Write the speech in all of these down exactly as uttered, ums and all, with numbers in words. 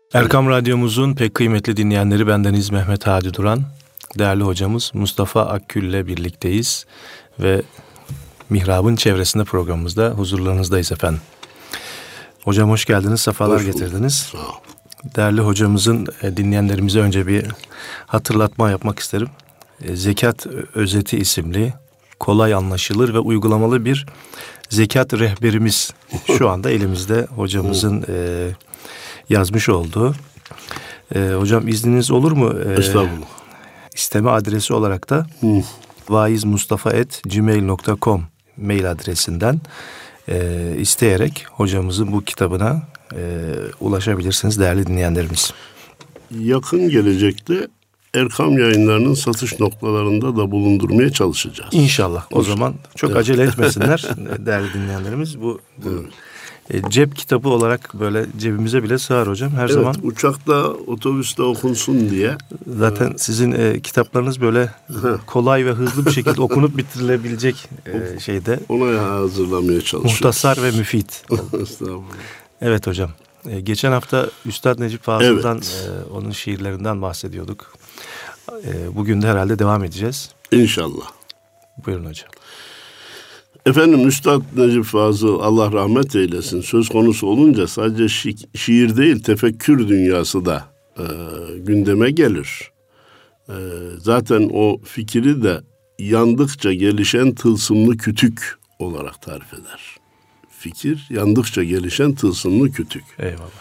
Erkam Radyomuzun pek kıymetli dinleyenleri, bendeniz Mehmet Hadi Duran. Değerli hocamız Mustafa Akgül ile birlikteyiz ve Mihrab'ın çevresinde programımızda huzurlarınızdayız efendim. Hocam hoş geldiniz, sefalar hoş getirdiniz. Değerli hocamızın dinleyenlerimize önce bir hatırlatma yapmak isterim. Zekat Özeti isimli kolay anlaşılır ve uygulamalı bir zekat rehberimiz şu anda elimizde, hocamızın e, yazmış olduğu. E, hocam izniniz olur mu? E, Estağfurullah. İsteme adresi olarak da vaizmustafa at gmail nokta com mail adresinden e, isteyerek hocamızın bu kitabına e, ulaşabilirsiniz değerli dinleyenlerimiz. Yakın gelecekte Erkam Yayınları'nın satış noktalarında da bulundurmaya çalışacağız. İnşallah. O zaman çok evet. acele etmesinler değerli dinleyenlerimiz. Bu, bu evet. e, cep kitabı olarak böyle cebimize bile sığar hocam. Her evet, zaman uçakta, otobüste okunsun diye. Zaten evet. sizin e, kitaplarınız böyle kolay ve hızlı bir şekilde okunup bitirilebilecek e, şeyde. Ona hazırlamaya çalışıyoruz. Muhtasar ve müfit. Estağfurullah. Evet hocam. E, geçen hafta Üstad Necip Fazıl'dan evet. e, onun şiirlerinden bahsediyorduk. E, bugün de herhalde devam edeceğiz. İnşallah. Buyurun hocam. Efendim Üstad Necip Fazıl Allah rahmet eylesin söz konusu olunca sadece şi- şiir değil tefekkür dünyası da e, gündeme gelir. E, zaten o fikri de yandıkça gelişen tılsımlı kütük olarak tarif eder. Fikir yandıkça gelişen tılsımlı kütük. Eyvallah.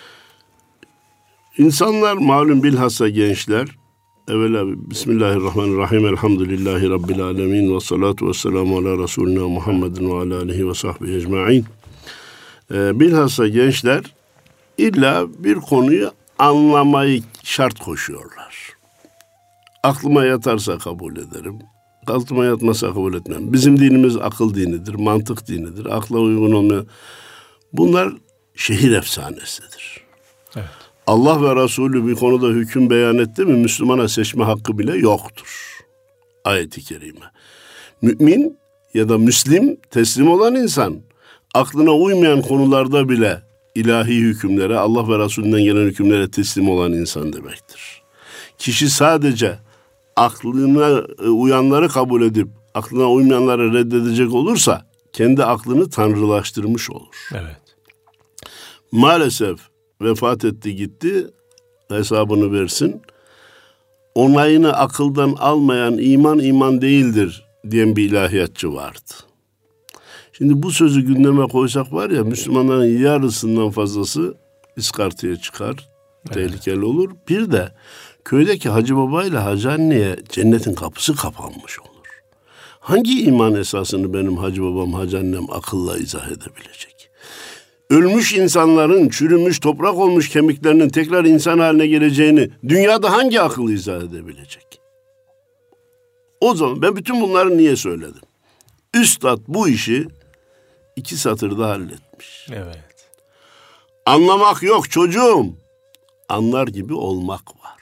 İnsanlar malum bilhassa gençler evvela Bismillahirrahmanirrahim elhamdülillahi Rabbil alemin ve salatu ve selamu ala Resulina Muhammedin ve ala alihi ve sahbihi ecma'in. Ee, bilhassa gençler illa bir konuyu anlamayı şart koşuyorlar. Aklıma yatarsa kabul ederim. Aklıma yatmasa kabul etmem. Bizim dinimiz akıl dinidir, mantık dinidir. Akla uygun olmayan. Bunlar şehir efsanesidir. Evet. Allah ve Resulü bir konuda hüküm beyan etti mi Müslümana seçme hakkı bile yoktur. Ayet-i kerime. Mümin ya da Müslim teslim olan insan aklına uymayan konularda bile ilahi hükümlere, Allah ve Resulünden gelen hükümlere teslim olan insan demektir. Kişi sadece aklına uyanları kabul edip aklına uymayanları reddedecek olursa kendi aklını tanrılaştırmış olur. Evet. Maalesef vefat etti gitti, hesabını versin. Onayını akıldan almayan iman iman değildir diyen bir ilahiyatçı vardı. Şimdi bu sözü gündeme koysak var ya Müslümanların yarısından fazlası iskartaya çıkar, evet. tehlikeli olur. Bir de köydeki Hacı Baba ile Hacı Anne'ye cennetin kapısı kapanmış olur. Hangi iman esasını benim Hacı Babam, Hacı Annem akılla izah edebilecek? Ölmüş insanların çürümüş toprak olmuş kemiklerinin tekrar insan haline geleceğini dünyada hangi akıl izah edebilecek? O zaman ben bütün bunları niye söyledim? Üstad bu işi iki satırda halletmiş. Evet. Anlamak yok çocuğum. Anlar gibi olmak var.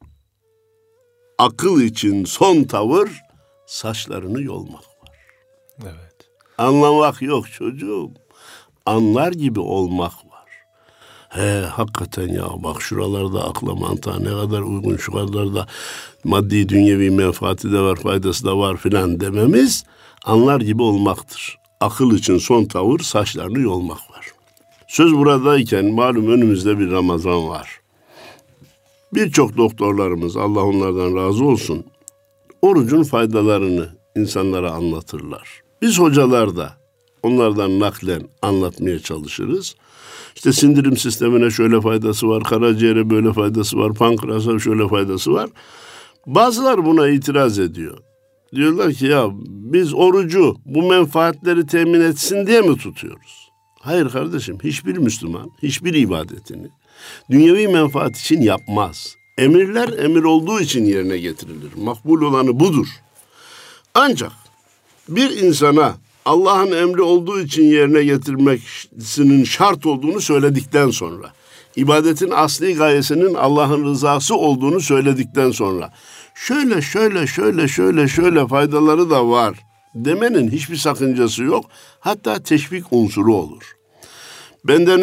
Akıl için son tavır saçlarını yolmak var. Evet. Anlamak yok çocuğum. Anlar gibi olmak var. He hakikaten ya bak şuralarda akla mantığa ne kadar uygun, şu kadar da maddi dünyevi menfaati de var, faydası da var filan dememiz anlar gibi olmaktır. Akıl için son tavır saçlarını yolmak var. Söz buradayken malum önümüzde bir Ramazan var. Birçok doktorlarımız Allah onlardan razı olsun orucun faydalarını insanlara anlatırlar. Biz hocalar da onlardan naklen anlatmaya çalışırız. İşte sindirim sistemine şöyle faydası var, karaciğere böyle faydası var, pankreasa şöyle faydası var. Bazılar buna itiraz ediyor. Diyorlar ki ya biz orucu bu menfaatleri temin etsin diye mi tutuyoruz? Hayır kardeşim, hiçbir Müslüman hiçbir ibadetini dünyevi menfaat için yapmaz. Emirler emir olduğu için yerine getirilir. Makbul olanı budur. Ancak bir insana Allah'ın emri olduğu için yerine getirmesinin şart olduğunu söyledikten sonra, ibadetin asli gayesinin Allah'ın rızası olduğunu söyledikten sonra, şöyle şöyle şöyle şöyle şöyle faydaları da var demenin hiçbir sakıncası yok. Hatta teşvik unsuru olur. Bendeniz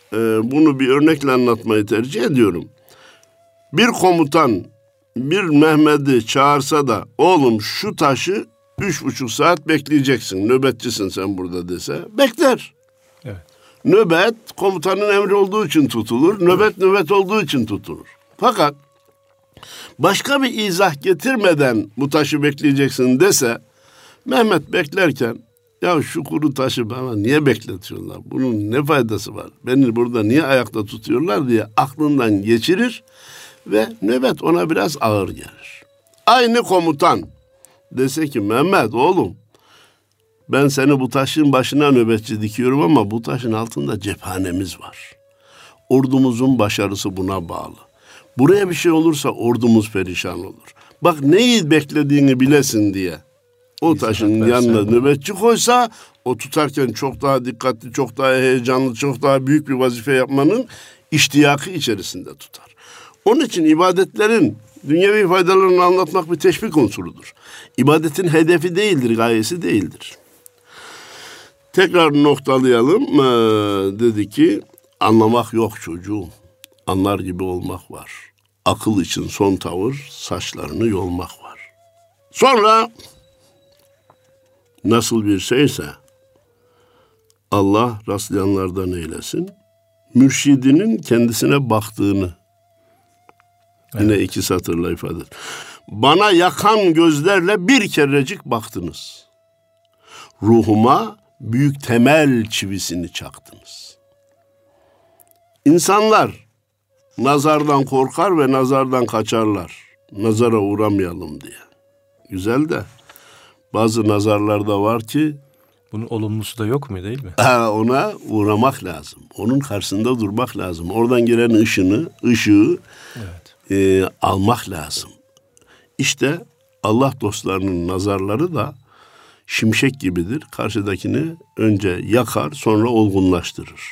e, bunu bir örnekle anlatmayı tercih ediyorum. Bir komutan bir Mehmet'i çağırsa da oğlum şu taşı üç buçuk saat bekleyeceksin, nöbetçisin sen burada dese bekler. Evet. Nöbet komutanın emri olduğu için tutulur, nöbet evet. nöbet olduğu için tutulur. Fakat başka bir izah getirmeden bu taşı bekleyeceksin dese, Mehmet beklerken ya şu kuru taşı bana niye bekletiyorlar? Bunun ne faydası var? Beni burada niye ayakta tutuyorlar diye aklından geçirir ve nöbet ona biraz ağır gelir. Aynı komutan dese ki Mehmet oğlum ben seni bu taşın başına nöbetçi dikiyorum ama bu taşın altında cephanemiz var. Ordumuzun başarısı buna bağlı. Buraya bir şey olursa ordumuz perişan olur. Bak neyi beklediğini bilesin diye o taşın yanına nöbetçi koysa o tutarken çok daha dikkatli, çok daha heyecanlı, çok daha büyük bir vazife yapmanın iştiyakı içerisinde tutar. Onun için ibadetlerin dünyevi faydalarını anlatmak bir teşvik unsurudur. İbadetin hedefi değildir, gayesi değildir. Tekrar noktalayalım. Ee, dedi ki anlamak yok çocuğum. Anlar gibi olmak var. Akıl için son tavır saçlarını yolmak var. Sonra nasıl bir şeyse Allah rastlayanlardan eylesin. Mürşidinin kendisine baktığını evet. yine iki satırla ifade eder. Bana yakan gözlerle bir kerecik baktınız. Ruhuma büyük temel çivisini çaktınız. İnsanlar nazardan korkar ve nazardan kaçarlar. Nazara uğramayalım diye. Güzel de bazı nazarlarda var ki bunun olumlusu da yok mu değil mi? Ona uğramak lazım. Onun karşısında durmak lazım. Oradan gelen ışını, ışığı evet. e, almak lazım. İşte Allah dostlarının nazarları da şimşek gibidir. Karşıdakini önce yakar, sonra olgunlaştırır.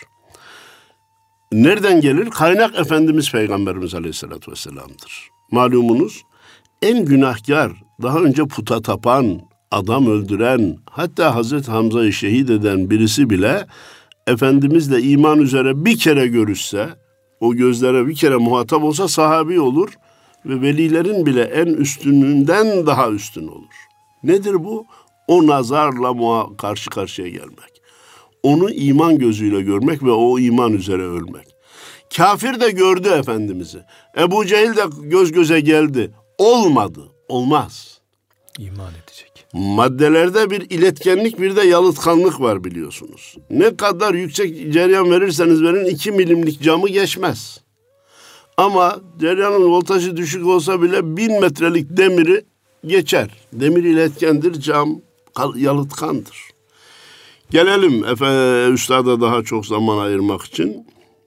Nereden gelir? Kaynak Efendimiz Peygamberimiz Aleyhisselatü Vesselam'dır. Malumunuz en günahkar, daha önce puta tapan, adam öldüren, hatta Hazreti Hamza'yı şehit eden birisi bile Efendimizle iman üzere bir kere görüşse, o gözlere bir kere muhatap olsa sahabi olur ve velilerin bile en üstününden daha üstün olur. Nedir bu? O nazarla muha- karşı karşıya gelmek. Onu iman gözüyle görmek ve o iman üzere ölmek. Kafir de gördü Efendimiz'i. Ebu Cehil de göz göze geldi. Olmadı. Olmaz. İman edecek. Maddelerde bir iletkenlik, bir de yalıtkanlık var biliyorsunuz. Ne kadar yüksek cereyan verirseniz verin iki milimlik camı geçmez. Ama cereyanın voltajı düşük olsa bile bin metrelik demiri geçer. Demir iletkendir, cam yalıtkandır. Gelelim Efe, Üstad'a daha çok zaman ayırmak için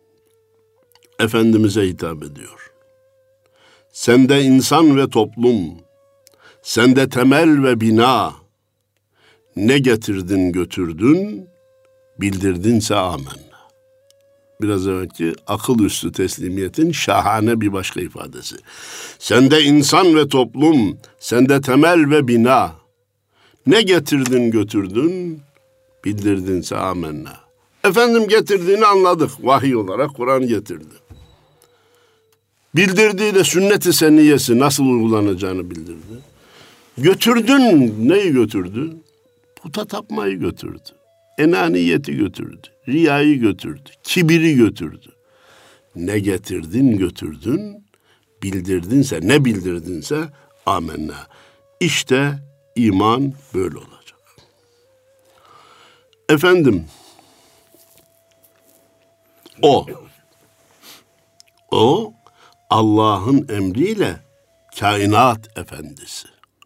Efendimiz'e hitap ediyor. Sende insan ve toplum, sende temel ve bina, ne getirdin götürdün, bildirdinse amenna. Biraz evvelki akıl üstü teslimiyetin şahane bir başka ifadesi. Sende insan ve toplum, sende temel ve bina, ne getirdin götürdün, bildirdinse amenna. Efendim getirdiğini anladık. Vahiy olarak Kur'an getirdi. Bildirdiği de sünnet-i seniyesi nasıl uygulanacağını bildirdi. Götürdün, neyi götürdü? Puta tapmayı götürdü. Enaniyeti götürdü. Riyayı götürdü. Kibiri götürdü. Ne getirdin götürdün, bildirdinse, ne bildirdinse amenna. İşte iman böyle olacak. Efendim, o, o Allah'ın emriyle kainat efendisi.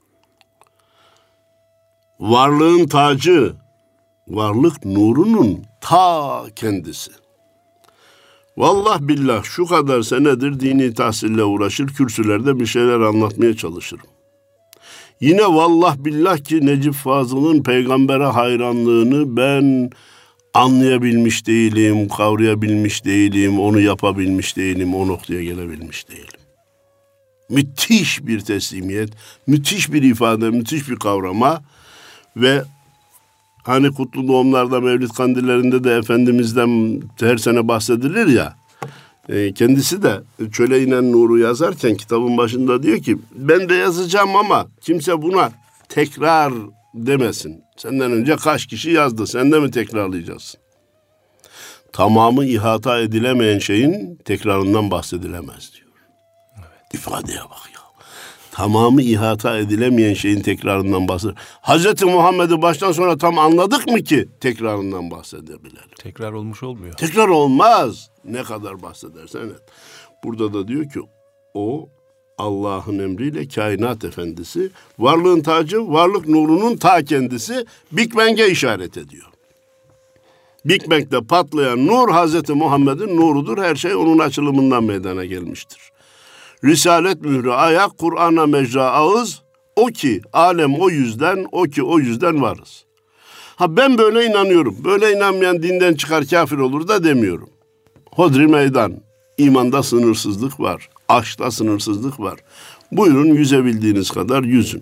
Varlığın tacı, varlık nurunun ta kendisi. Vallah billah şu kadar senedir dini tahsille uğraşır, kürsülerde bir şeyler anlatmaya çalışırım. Yine vallah billah ki Necip Fazıl'ın peygambere hayranlığını ben anlayabilmiş değilim, kavrayabilmiş değilim, onu yapabilmiş değilim, o noktaya gelebilmiş değilim. Müthiş bir teslimiyet, müthiş bir ifade, müthiş bir kavrama ve Hani kutlu doğumlarda, Mevlid kandillerinde de Efendimiz'den her sene bahsedilir ya. E, kendisi de Çöle inen Nur'u yazarken kitabın başında diyor ki ben de yazacağım ama kimse buna tekrar demesin. Senden önce kaç kişi yazdı, sen de mi tekrarlayacaksın? Tamamı ihata edilemeyen şeyin tekrarından bahsedilemez diyor. Evet. İfadeye bak ya. Tamamı ihata edilemeyen şeyin tekrarından bahsedilir. Hazreti Muhammed'i baştan sona tam anladık mı ki tekrarından bahsedebilelim? Tekrar olmuş olmuyor. Tekrar olmaz. Ne kadar bahsedersen et. Burada da diyor ki o Allah'ın emriyle kainat efendisi, varlığın tacı, varlık nurunun ta kendisi, Big Bang'e işaret ediyor. Big Bang'de patlayan nur Hazreti Muhammed'in nurudur. Her şey onun açılımından meydana gelmiştir. Risalet mührü ayak, Kur'an'a mecra ağız, o ki alem o yüzden, o ki o yüzden varız. Ha ben böyle inanıyorum. Böyle inanmayan dinden çıkar kafir olur da demiyorum. Hodri meydan. İmanda sınırsızlık var. Aşkta sınırsızlık var. Buyurun yüzebildiğiniz kadar yüzün.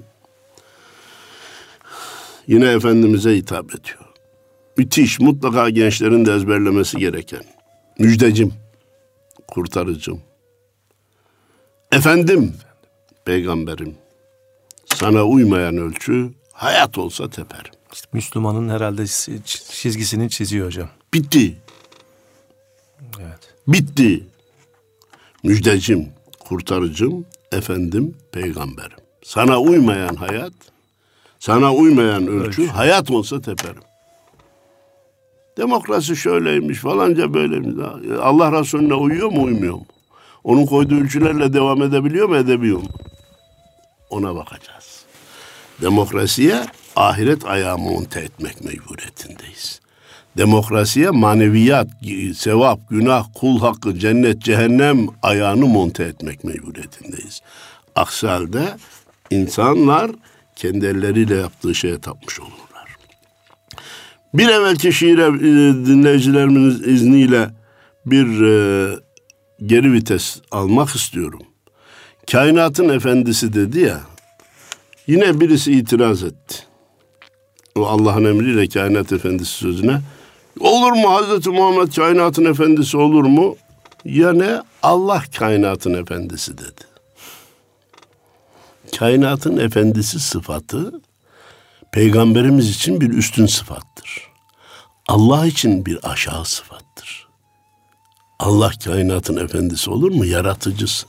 Yine Efendimiz'e hitap ediyor. Müthiş, mutlaka gençlerin de ezberlemesi gereken. Müjdecim, kurtarıcım. Efendim, peygamberim. Sana uymayan ölçü hayat olsa teperim. İşte Müslümanın herhalde çizgisini çiziyor hocam. Bitti. Evet. Bitti. Müjdecim, kurtarıcım, efendim, peygamberim. Sana uymayan hayat, sana uymayan ölçü, ölçü. hayat olsa teperim. Demokrasi şöyleymiş falanca böyleymiş. Allah Resulüne uyuyor mu uymuyor mu? Onun koyduğu ölçülerle devam edebiliyor mu edemiyor mu? Ona bakacağız. Demokrasiye ahiret ayağı monte etmek mecburiyetindeyiz. Demokrasiye maneviyat, sevap, günah, kul hakkı, cennet, cehennem ayağını monte etmek mecburiyetindeyiz. Aksi halde insanlar kendi elleriyle yaptığı şeye tapmış olurlar. Bir evvelki şiire e, dinleyicilerimin izniyle bir e, geri vites almak istiyorum. Kainatın efendisi dedi ya, yine birisi itiraz etti. O Allah'ın emriyle kainat efendisi sözüne. Olur mu Hazreti Muhammed kainatın efendisi olur mu? Ya ne? Allah kainatın efendisi dedi. Kainatın efendisi sıfatı peygamberimiz için bir üstün sıfattır. Allah için bir aşağı sıfattır. Allah kainatın efendisi olur mu? Yaratıcısı.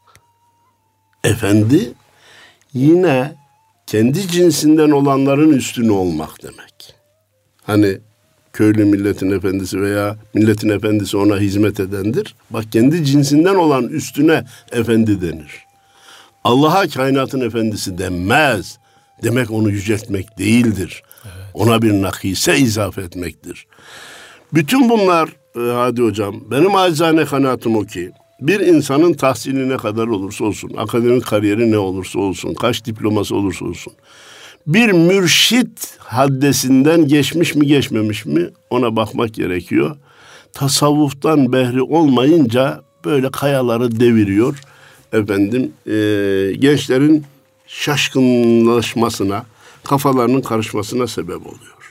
Efendi yine kendi cinsinden olanların üstünü olmak demek. Hani köylü milletin efendisi veya milletin efendisi ona hizmet edendir. Bak kendi cinsinden olan üstüne efendi denir. Allah'a kainatın efendisi denmez. Demek onu yüceltmek değildir. Evet. Ona bir nakise izafe etmektir. Bütün bunlar e, hadi hocam benim acizane kanaatim o ki bir insanın tahsili ne kadar olursa olsun, akademik kariyeri ne olursa olsun, kaç diploması olursa olsun, bir mürşit haddesinden geçmiş mi geçmemiş mi ona bakmak gerekiyor. Tasavvuftan behri olmayınca böyle kayaları deviriyor. Efendim e, gençlerin şaşkınlaşmasına, kafalarının karışmasına sebep oluyor.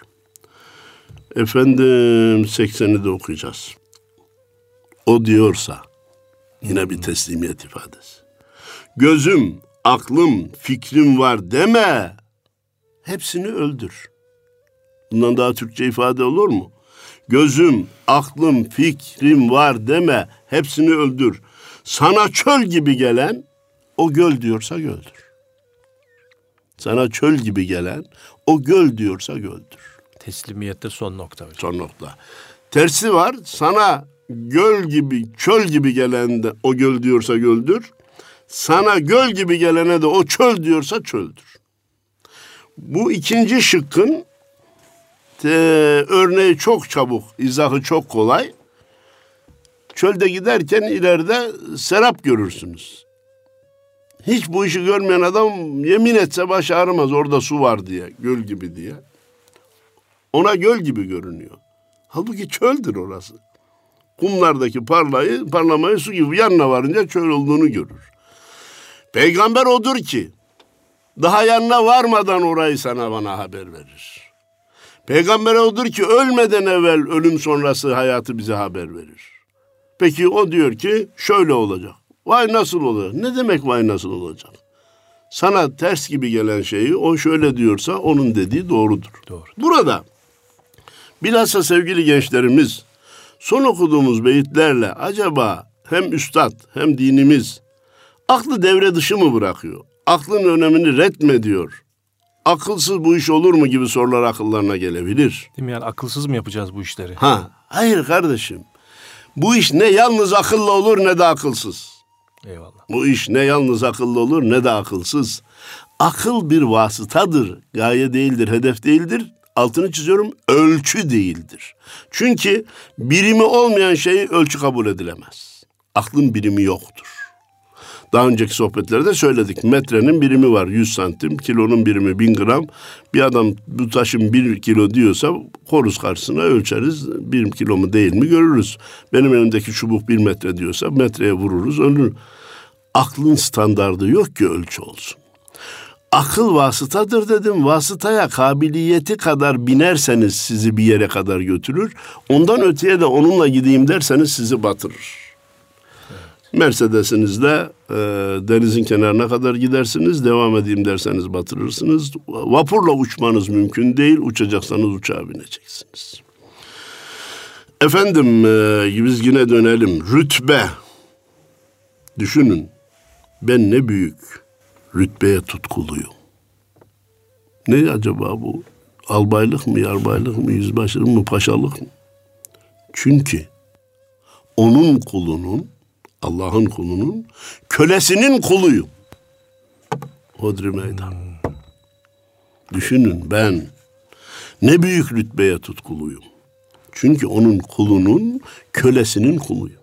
Efendim sekseni de okuyacağız. O diyorsa, yine bir teslimiyet ifadesi. Gözüm, aklım, fikrim var deme. Hepsini öldür. Bundan daha Türkçe ifade olur mu? Gözüm, aklım, fikrim var deme. Hepsini öldür. Sana çöl gibi gelen o göl diyorsa göldür. Sana çöl gibi gelen o göl diyorsa göldür. Teslimiyette son nokta hocam. Son nokta. Tersi var. Sana göl gibi, çöl gibi gelen de o göl diyorsa göldür. Sana göl gibi gelene de o çöl diyorsa çöldür. Bu ikinci şıkkın e, örneği çok çabuk, izahı çok kolay. Çölde giderken ileride serap görürsünüz. Hiç bu işi görmeyen adam yemin etse baş ağrımaz orada su var diye, göl gibi diye. Ona göl gibi görünüyor. Halbuki çöldür orası. Kumlardaki parlayı, parlamayı su gibi yanına varınca çöl olduğunu görür. Peygamber odur ki daha yanına varmadan orayı sana bana haber verir. Peygamber odur ki ölmeden evvel ölüm sonrası hayatı bize haber verir. Peki o diyor ki şöyle olacak. Vay nasıl olacak? Ne demek vay nasıl olacak? Sana ters gibi gelen şeyi o şöyle diyorsa onun dediği doğrudur. Doğru. Burada bilhassa sevgili gençlerimiz son okuduğumuz beyitlerle acaba hem üstad hem dinimiz aklı devre dışı mı bırakıyor? Aklın önemini ret mi ediyor? Akılsız bu iş olur mu gibi sorular akıllarına gelebilir. Değil mi? Yani akılsız mı yapacağız bu işleri? Ha, hayır kardeşim. Bu iş ne yalnız akıllı olur ne de akılsız. Eyvallah. Bu iş ne yalnız akıllı olur ne de akılsız. Akıl bir vasıtadır, gaye değildir, hedef değildir. Altını çiziyorum, ölçü değildir. Çünkü birimi olmayan şey ölçü kabul edilemez. Aklın birimi yoktur. Daha önceki sohbetlerde söyledik. Metrenin birimi var yüz santim, kilonun birimi bin gram. Bir adam bu taşın bir kilo diyorsa koruz karşısına ölçeriz. Bir kilo mu değil mi görürüz. Benim elimdeki çubuk bir metre diyorsa metreye vururuz ölür. Aklın standardı yok ki ölçü olsun. Akıl vasıtadır dedim. Vasıtaya kabiliyeti kadar binerseniz sizi bir yere kadar götürür. Ondan öteye de onunla gideyim derseniz sizi batırır. Mercedes'inizle e, denizin kenarına kadar gidersiniz. Devam edeyim derseniz batırırsınız. Vapurla uçmanız mümkün değil. Uçacaksanız uçağa bineceksiniz. Efendim e, biz yine dönelim. Rütbe. Düşünün. Ben ne büyük rütbeye tutkuluyum. Ne acaba bu? Albaylık mı, yarbaylık mı, yüzbaşılık mı, paşalık mı? Çünkü onun kulunun, Allah'ın kulunun, kölesinin kuluyum. Hodri meydan. Düşünün ben ne büyük rütbeye tutkuluyum. Çünkü onun kulunun, kölesinin kuluyum.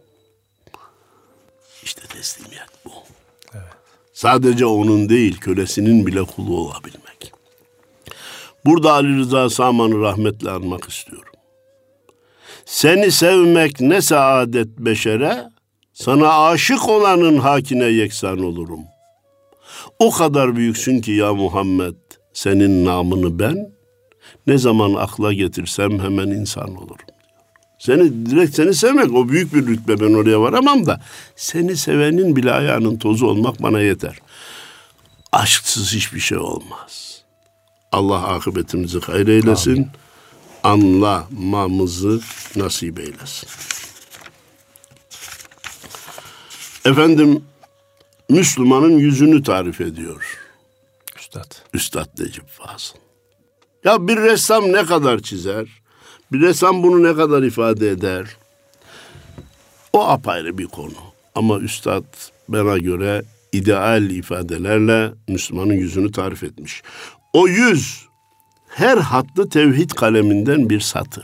İşte teslimiyet bu. Evet. Sadece onun değil, kölesinin bile kulu olabilmek. Burada Ali Rıza Saman'ı rahmetle anmak istiyorum. Seni sevmek ne saadet beşere, sana aşık olanın hakine yeksan olurum. O kadar büyüksün ki ya Muhammed, senin namını ben, ne zaman akla getirsem hemen insan olurum. Seni direkt seni sevmek o büyük bir rütbe, ben oraya varamam da seni sevenin bile ayağının tozu olmak bana yeter. Aşksız hiçbir şey olmaz. Allah akıbetimizi hayır eylesin. Amin. Anlamamızı nasip eylesin. Efendim Müslümanın yüzünü tarif ediyor. Üstad. Üstad Necip Fazıl. Ya bir ressam ne kadar çizer? Bir ressam bunu ne kadar ifade eder? O apayrı bir konu. Ama üstad bana göre ideal ifadelerle Müslümanın yüzünü tarif etmiş. O yüz her hattı tevhid kaleminden bir satır.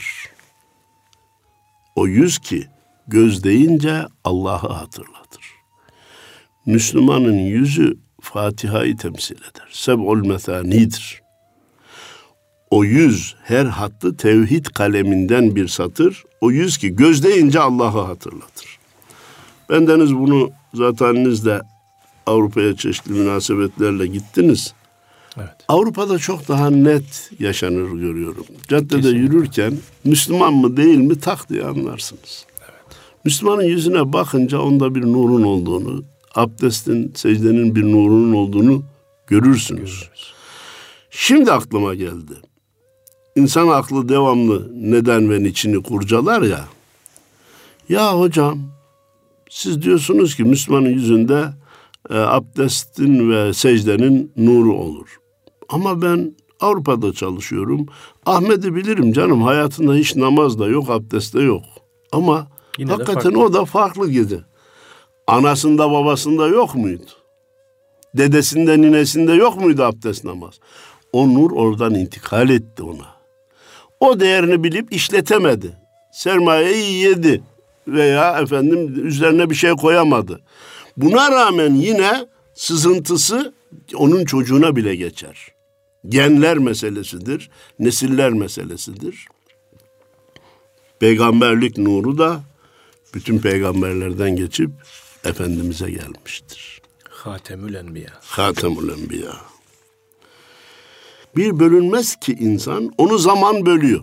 O yüz ki göz deyince Allah'ı hatırlatır. Müslümanın yüzü Fatiha'yı temsil eder. Seb'ul mesanidir. O yüz her hattı tevhid kaleminden bir satır. O yüz ki göz deyince Allah'ı hatırlatır. Bendeniz bunu zaten de Avrupa'ya çeşitli münasebetlerle gittiniz. Evet. Avrupa'da çok daha net yaşanır görüyorum. Caddede kesinlikle yürürken Müslüman mı değil mi tak diye anlarsınız. Evet. Müslümanın yüzüne bakınca onda bir nurun olduğunu, abdestin, secdenin bir nurunun olduğunu görürsünüz. Görürüz. Şimdi aklıma geldi. İnsan aklı devamlı neden ve niçini kurcalar ya. Ya hocam, siz diyorsunuz ki Müslümanın yüzünde e, abdestin ve secdenin nuru olur. Ama ben Avrupa'da çalışıyorum. Ahmet'i bilirim canım. Hayatında hiç namaz da yok, abdest de yok. Ama yine hakikaten o da farklı gidi. Anasında babasında yok muydu? Dedesinde ninesinde yok muydu abdest namaz? O nur oradan intikal etti ona. O değerini bilip işletemedi. Sermayeyi yedi veya efendim üzerine bir şey koyamadı. Buna rağmen yine sızıntısı onun çocuğuna bile geçer. Genler meselesidir, nesiller meselesidir. Peygamberlik nuru da bütün peygamberlerden geçip Efendimiz'e gelmiştir. Hatemül Enbiya. Hatemül Enbiya. Bir bölünmez ki insan, onu zaman bölüyor.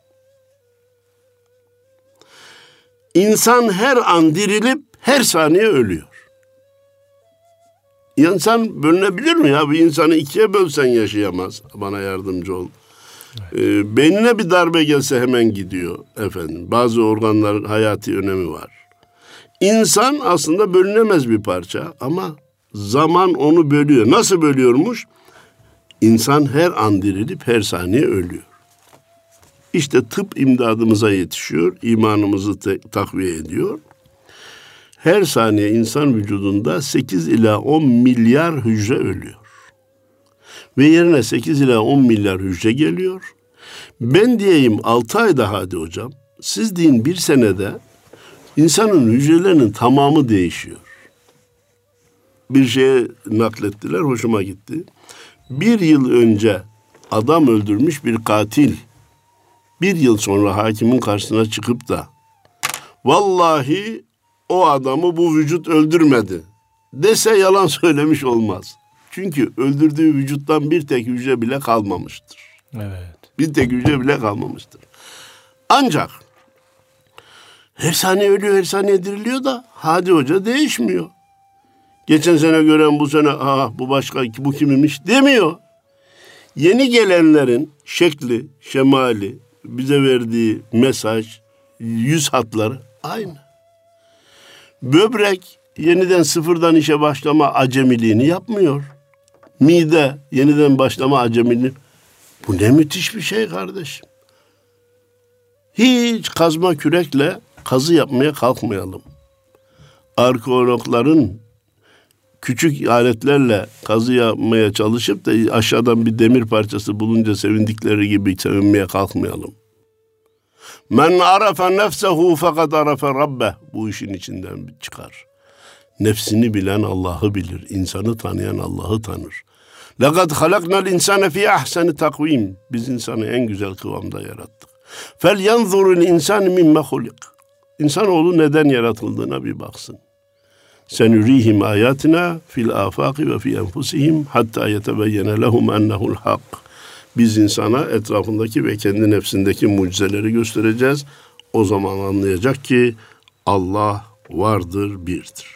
İnsan her an dirilip her saniye ölüyor. İnsan bölünebilir mi ya? Bir insanı ikiye bölsen yaşayamaz. Bana yardımcı ol. Evet. Ee, beynine bir darbe gelse hemen gidiyor efendim. Bazı organların hayati önemi var. İnsan aslında bölünemez bir parça ama zaman onu bölüyor. Nasıl bölüyormuş? İnsan her an dirilip her saniye ölüyor. İşte tıp imdadımıza yetişiyor, imanımızı te- takviye ediyor. Her saniye insan vücudunda sekiz ila on milyar hücre ölüyor. Ve yerine sekiz ila on milyar hücre geliyor. Ben diyeyim altı ayda hadi hocam, siz deyin bir senede insanın hücrelerinin tamamı değişiyor. Bir şeye naklettiler, hoşuma gitti. Bir yıl önce adam öldürmüş bir katil, bir yıl sonra hakimin karşısına çıkıp da vallahi o adamı bu vücut öldürmedi dese yalan söylemiş olmaz. Çünkü öldürdüğü vücuttan bir tek hücre bile kalmamıştır. Evet. Bir tek hücre bile kalmamıştır. Ancak her saniye ölüyor, her saniye diriliyor da Hadi Hoca değişmiyor. Geçen sene gören bu sene ah bu başka, bu kimmiş demiyor. Yeni gelenlerin şekli, şemali, bize verdiği mesaj, yüz hatları aynı. Böbrek yeniden sıfırdan işe başlama acemiliğini yapmıyor. Mide yeniden başlama acemiliğini. Bu ne müthiş bir şey kardeşim. Hiç kazma kürekle kazı yapmaya kalkmayalım. Arkeologların küçük aletlerle kazı yapmaya çalışıp da aşağıdan bir demir parçası bulunca sevindikleri gibi sevinmeye kalkmayalım. Men arafe nefsehu fakat arafe rabbeh. Bu işin içinden çıkar. Nefsini bilen Allah'ı bilir. İnsanı tanıyan Allah'ı tanır. لَقَدْ خَلَقْنَا الْاِنْسَانَ فِي اَحْسَنِ تَقْوِيمٍ. Biz insanı en güzel kıvamda yarattık. فَلْيَنْظُرُ الْاِنْسَانِ مِمَّ خُلِقٍ. İnsanoğlu neden yaratıldığına bir baksın. سَنُرِيهِمْ آيَاتِنَا فِي الْآفَاقِ وَفِي أَنْفُسِهِمْ حَتَّى يَتَبَيَّنَ لَهُمْ أَنَّهُ الْحَقِّ. Biz insana etrafındaki ve kendi nefsindeki mucizeleri göstereceğiz. O zaman anlayacak ki Allah vardır, birdir.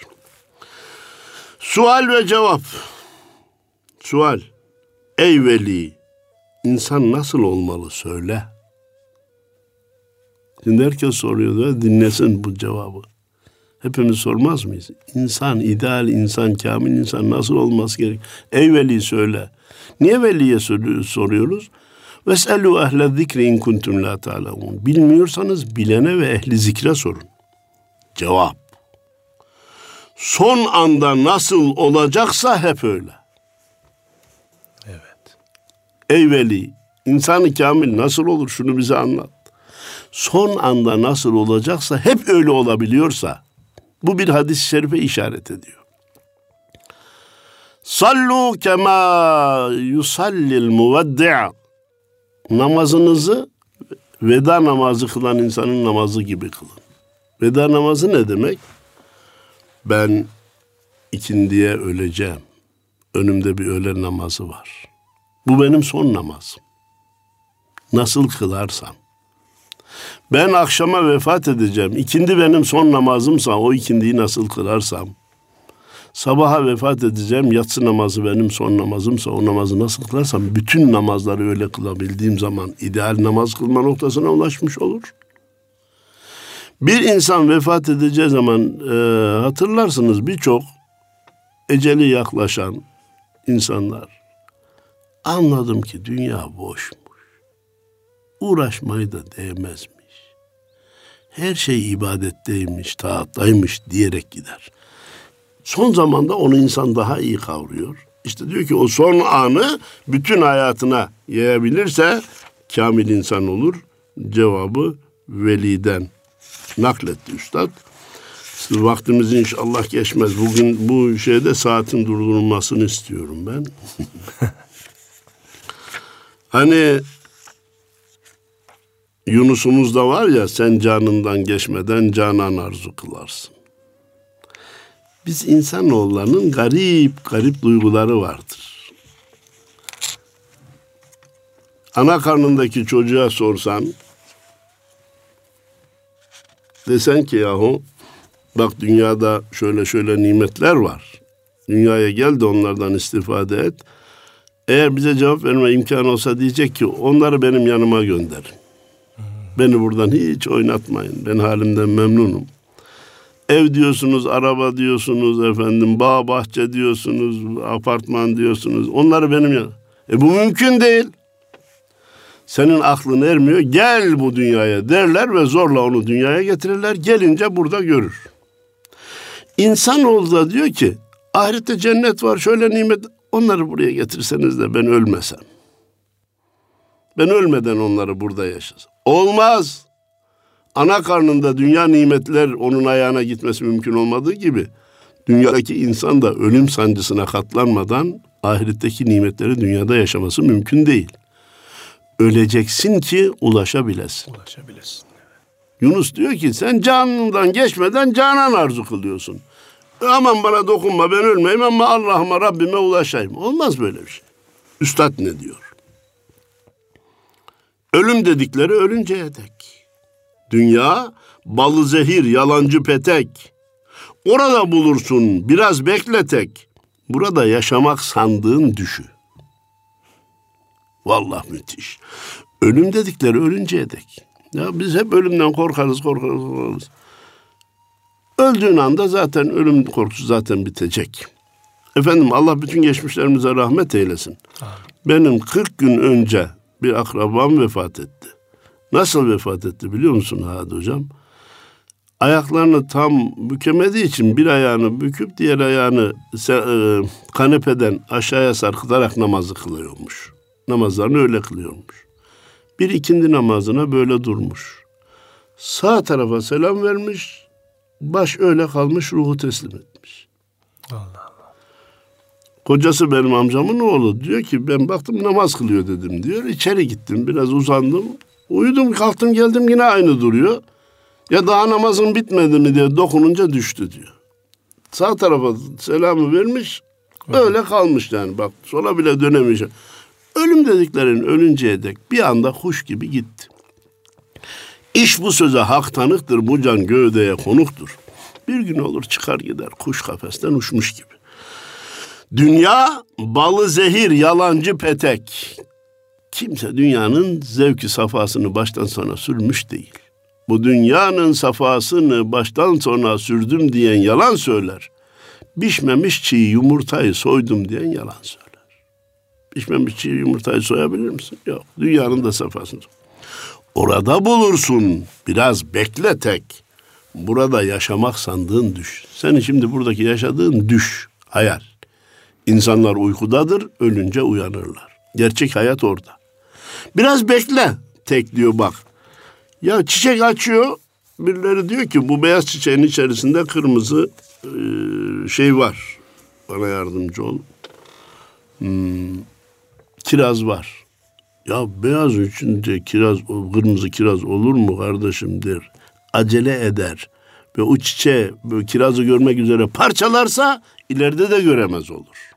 Sual ve cevap. Sual. Ey veli, insan nasıl olmalı söyle. Şimdi herkes soruyor da dinlesin bu cevabı. Hepimiz sormaz mıyız? İnsan, ideal insan, kamil insan nasıl olması gerek? Ey veli söyle. Niye veliye soruyoruz? Ves'elû ehle zikri in kuntum la ta'lemun. Bilmiyorsanız bilene ve ehli zikre sorun. Cevap. Son anda nasıl olacaksa hep öyle. Evet. Ey veli, insan-ı kamil nasıl olur? Şunu bize anlat. Son anda nasıl olacaksa hep öyle olabiliyorsa, bu bir hadis-i şerife işaret ediyor. Sallu kema yusallil muveddi'. Namazınızı veda namazı kılan insanın namazı gibi kılın. Veda namazı ne demek? Ben ikindiye öleceğim. Önümde bir öğle namazı var. Bu benim son namazım. Nasıl kılarsam. Ben akşama vefat edeceğim. İkindi benim son namazımsa o ikindiyi nasıl kılarsam. Sabaha vefat edeceğim. Yatsı namazı benim son namazımsa o namazı nasıl kılarsam. Bütün namazları öyle kılabildiğim zaman ideal namaz kılma noktasına ulaşmış olur. Bir insan vefat edeceği zaman e, hatırlarsınız birçok eceli yaklaşan insanlar. Anladım ki dünya boşmuş. Uğraşmayı da değmezmiş. Her şey ibadetteymiş, taattaymış diyerek gider. Son zamanda onu insan daha iyi kavruyor. İşte diyor ki o son anı bütün hayatına yayabilirse kamil insan olur. Cevabı veliden nakletti üstad. Vaktimiz inşallah geçmez. Bugün bu şeyde saatin durdurulmasını istiyorum ben. Hani Yunus'umuzda var ya, sen canından geçmeden canan arzu kılarsın. Biz insanoğullarının garip garip duyguları vardır. ana karnındaki çocuğa sorsan, desen ki yahu bak dünyada şöyle şöyle nimetler var. Dünyaya gel de onlardan istifade et. Eğer bize cevap verme imkanı olsa diyecek ki onları benim yanıma gönderin. Beni buradan hiç oynatmayın. Ben halimden memnunum. Ev diyorsunuz, araba diyorsunuz efendim, bağ bahçe diyorsunuz, apartman diyorsunuz. Onları benim yanıma. E bu mümkün değil. Senin aklın ermiyor. Gel bu dünyaya derler ve zorla onu dünyaya getirirler. Gelince burada görür. İnsanoğlu da diyor ki ahirette cennet var, şöyle nimet. Onları buraya getirseniz de ben ölmesem. Ben ölmeden onları burada yaşasam. Olmaz. Ana karnında dünya nimetler onun ayağına gitmesi mümkün olmadığı gibi dünyadaki insan da ölüm sancısına katlanmadan ahiretteki nimetleri dünyada yaşaması mümkün değil. Öleceksin ki ulaşabilesin. Ulaşabilesin. Yunus diyor ki sen canından geçmeden canan arzu kılıyorsun. Aman bana dokunma, ben ölmeyeyim ama Allah'ıma Rabbime ulaşayım. Olmaz böyle bir şey. Üstad ne diyor? Ölüm dedikleri ölünceye dek. Dünya balı zehir, yalancı petek. Orada bulursun biraz bekletek. Burada yaşamak sandığın düşü. Vallahi müthiş. Ölüm dedikleri ölünceye dek. Ya biz hep ölümden korkarız, korkarız, korkarız. Öldüğün anda zaten ölüm korkusu zaten bitecek. Efendim Allah bütün geçmişlerimize rahmet eylesin. Amin. Benim kırk gün önce bir akrabam vefat etti. Nasıl vefat etti biliyor musun Hadi Hocam? Ayaklarını tam bükemediği için bir ayağını büküp diğer ayağını kanepeden aşağıya sarkıtarak namazı kılıyormuş. Namazlarını öyle kılıyormuş. Bir ikindi namazına böyle durmuş. Sağ tarafa selam vermiş, baş öyle kalmış, ruhu teslim etmiş. Allah Allah. Kocası benim amcamın oğlu diyor ki ben baktım namaz kılıyor dedim diyor. İçeri gittim, biraz uzandım. Uyudum, kalktım, geldim yine aynı duruyor. Ya daha namazın bitmedi mi diye dokununca düştü diyor. Sağ tarafa selamı vermiş, öyle kalmış yani. Bak sola bile dönemiş. Ölüm dediklerin ölünceye dek bir anda kuş gibi gitti. İş bu söze hak tanıktır, bu can gövdeye konuktur. Bir gün olur çıkar gider, kuş kafesten uçmuş gibi. Dünya balı zehir, yalancı petek. Kimse dünyanın zevki safasını baştan sona sürmüş değil. Bu dünyanın safasını baştan sona sürdüm diyen yalan söyler. Pişmemiş çiğ yumurtayı soydum diyen yalan söyler. Pişmemiş çiğ yumurtayı soyabilir misin? Yok. Dünyanın da safasını. Orada bulursun. Biraz bekle tek. Burada yaşamak sandığın düş. Senin şimdi buradaki yaşadığın düş. Hayal. İnsanlar uykudadır. Ölünce uyanırlar. Gerçek hayat orada. Biraz bekle. Tek diyor bak. Ya çiçek açıyor. Birileri diyor ki bu beyaz çiçeğin içerisinde kırmızı e, şey var. Bana yardımcı ol. Hmm, kiraz var. Ya beyaz içinde kiraz, kırmızı kiraz olur mu kardeşim der. Acele eder. Ve o çiçeği böyle kirazı görmek üzere parçalarsa ileride de göremez olur.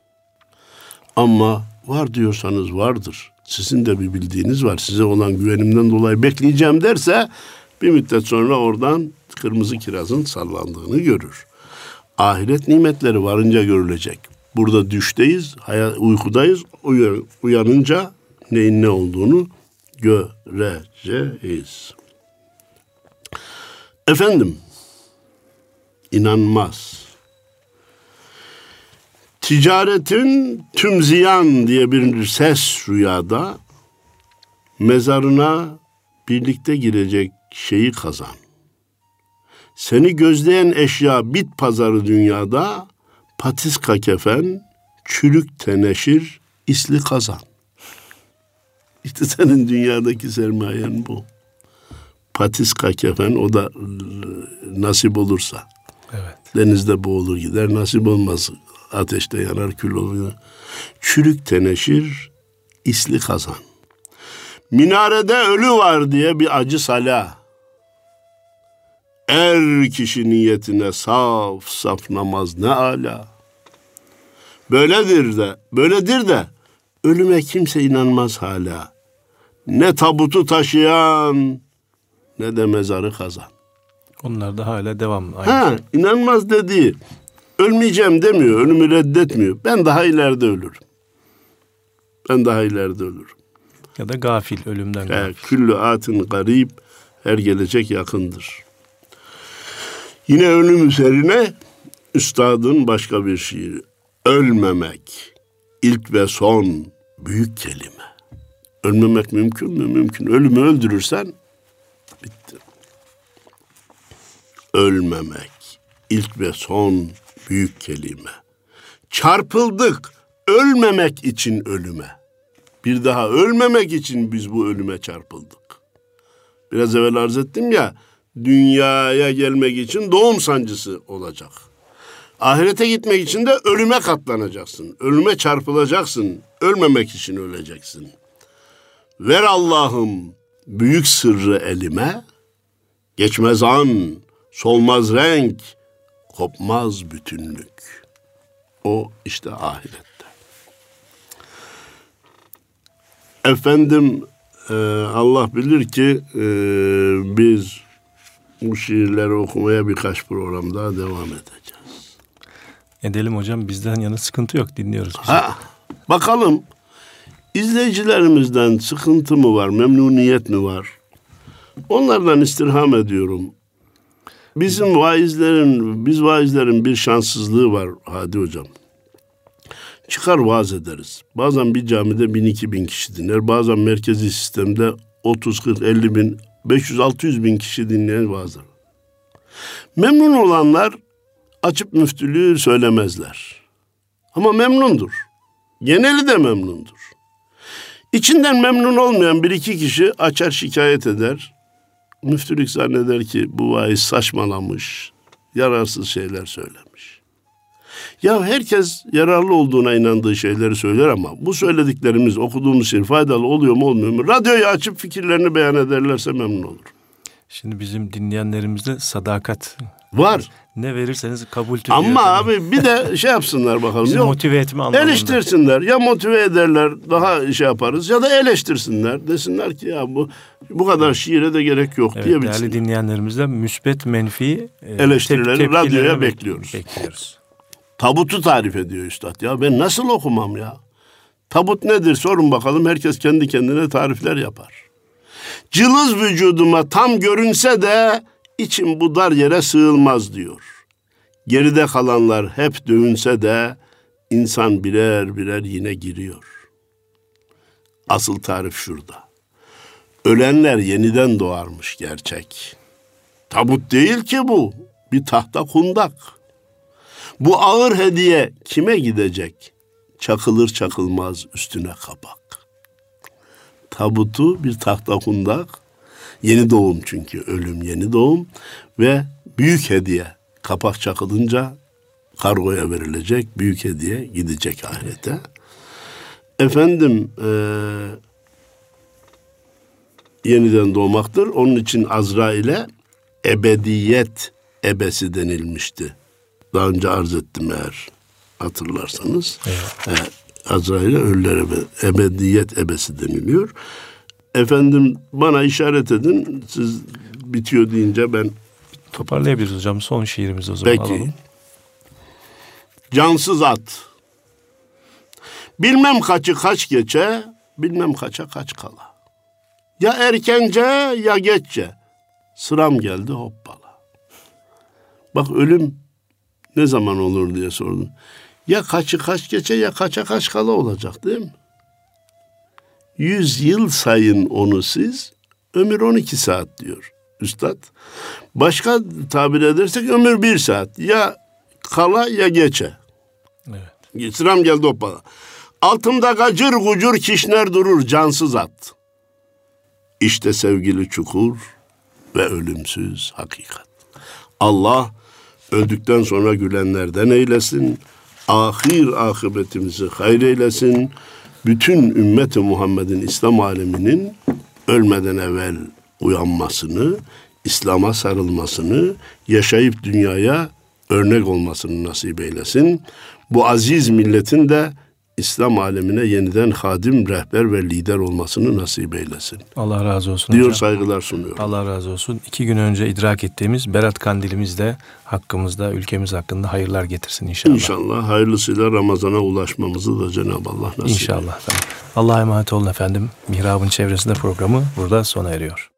Ama var diyorsanız vardır. Sizin de bir bildiğiniz var. Size olan güvenimden dolayı bekleyeceğim derse bir müddet sonra oradan kırmızı kirazın sallandığını görür. Ahiret nimetleri varınca görülecek. Burada düşteyiz, hayal, uykudayız. Uyan, uyanınca neyin ne olduğunu göreceğiz. Efendim, inanmaz. Ticaretin tüm ziyan diye bir ses rüyada, mezarına birlikte girecek şeyi kazan. Seni gözleyen eşya bit pazarı dünyada, patiska kefen, çürük teneşir, isli kazan. İşte senin dünyadaki sermayen bu. Patiska kefen, o da nasip olursa. Evet. Denizde boğulur gider, nasip olmaz. Ateşte yanar, kül olur. Çürük teneşir, isli kazan. Minarede ölü var diye bir acı sala. Er kişi niyetine saf saf namaz ne ala. Böyledir de, böyledir de ölüme kimse inanmaz hala. ne tabutu taşıyan, ne de mezarı kazan. Onlar da hala devam. Aynı ha, şey. İnanmaz dediği, ölmeyeceğim demiyor, ölümü reddetmiyor. Ben daha ileride ölürüm. Ben daha ileride ölürüm. Ya da gafil, ölümden gafil. Küllü atın garib, her gelecek yakındır. Yine ölüm üzerine üstadın başka bir şiiri. Ölmemek, ilk ve son büyük kelime. Ölmemek mümkün mü? Mümkün. Ölümü öldürürsen bitti. Ölmemek, ilk ve son büyük kelime. Çarpıldık, ölmemek için ölüme. Bir daha ölmemek için biz bu ölüme çarpıldık. Biraz evvel arz ettim ya, dünyaya gelmek için doğum sancısı olacak. Ahirete gitmek için de ölüme katlanacaksın. Ölüme çarpılacaksın. Ölmemek için öleceksin. Ver Allah'ım büyük sırrı elime, geçmez an, solmaz renk, kopmaz bütünlük. O işte ahirette. Efendim e, Allah bilir ki e, biz bu şiirleri okumaya birkaç program daha devam edeceğiz. Edelim hocam, bizden yana sıkıntı yok, dinliyoruz. Ha, bakalım izleyicilerimizden sıkıntı mı var, memnuniyet mi var? Onlardan istirham ediyorum. Bizim vaizlerin, biz vaizlerin bir şanssızlığı var Hadi hocam. Çıkar vaaz ederiz. Bazen bir camide bin iki bin kişi dinler. Bazen merkezi sistemde otuz kırk elli bin, beş yüz altı yüz bin kişi dinleyen vaazlar. Memnun olanlar açıp müftülüğü söylemezler. Ama memnundur. Geneli de memnundur. İçinden memnun olmayan bir iki kişi açar şikayet eder. Müftülük zanneder ki bu vaiz saçmalamış, yararsız şeyler söylemiş. Ya herkes yararlı olduğuna inandığı şeyleri söyler ama bu söylediklerimiz, okuduğumuz şey faydalı oluyor mu olmuyor mu? Radyoyu açıp fikirlerini beyan ederlerse memnun olur. Şimdi bizim dinleyenlerimizde sadakat var. Ne verirseniz kabul ediyor. Ama abi bir de şey yapsınlar bakalım. Bizi motive etme anlamında. Eleştirsinler. Ya motive ederler, daha şey yaparız, ya da eleştirsinler. Desinler ki ya bu bu kadar şiire de gerek yok evet, diye bitsin. Değerli dinleyenlerimizden müsbet menfi eleştirileri tep- radyoya bekliyoruz. bekliyoruz. Tabutu tarif ediyor üstad ya. Ben nasıl okumam ya? Tabut nedir sorun bakalım. Herkes kendi kendine tarifler yapar. Cılız vücuduma tam görünse de içim bu dar yere sığılmaz diyor. Geride kalanlar hep dövünse de insan birer birer yine giriyor. Asıl tarif şurada. Ölenler yeniden doğarmış gerçek. Tabut değil ki bu. Bir tahta kundak. Bu ağır hediye kime gidecek? Çakılır çakılmaz üstüne kapak. Tabutu bir tahta kundak. Yeni doğum çünkü ölüm yeni doğum. Ve büyük hediye kapak çakılınca kargoya verilecek büyük hediye gidecek ahirete. Efendim e, yeniden doğmaktır. Onun için Azrail'e ebediyet ebesi denilmişti. Daha önce arz ettim eğer hatırlarsanız. Evet. E, Azrail'e ölüler ebe, ebediyet ebesi deniliyor. Efendim bana işaret edin. Siz bitiyor deyince ben toparlayabiliriz hocam. Son şiirimizi o zaman peki. Alalım. Cansız at. Bilmem kaçı kaç geçe, bilmem kaça kaç kala. Ya erkence ya geççe. Sıram geldi hoppala. Bak ölüm ne zaman olur diye sordum. Ya kaçı kaç geçe ya kaça kaç kala olacak değil mi? Yüz yıl sayın onu siz, ömür on iki saat diyor üstad. Başka tabir edersek ömür bir saat. Ya kala ya geçe. Evet. Sıram geldi hoppala. Altımda gacır gucur kişner durur cansız at. İşte sevgili çukur ve ölümsüz hakikat. Allah öldükten sonra gülenlerden eylesin. Ahir akıbetimizi hayır eylesin. Bütün ümmeti Muhammed'in İslam aleminin ölmeden evvel uyanmasını, İslam'a sarılmasını, yaşayıp dünyaya örnek olmasını nasip eylesin. Bu aziz milletin de İslam alemine yeniden hadim, rehber ve lider olmasını nasip eylesin. Allah razı olsun Diyor hocam. saygılar sunuyorum. Allah razı olsun. İki gün önce idrak ettiğimiz Berat Kandilimiz de hakkımızda, ülkemiz hakkında hayırlar getirsin inşallah. İnşallah hayırlısıyla Ramazan'a ulaşmamızı da Cenab-ı Allah nasip eylesin. İnşallah. Allah'a emanet olun efendim. Mihrab'ın çevresinde programı burada sona eriyor.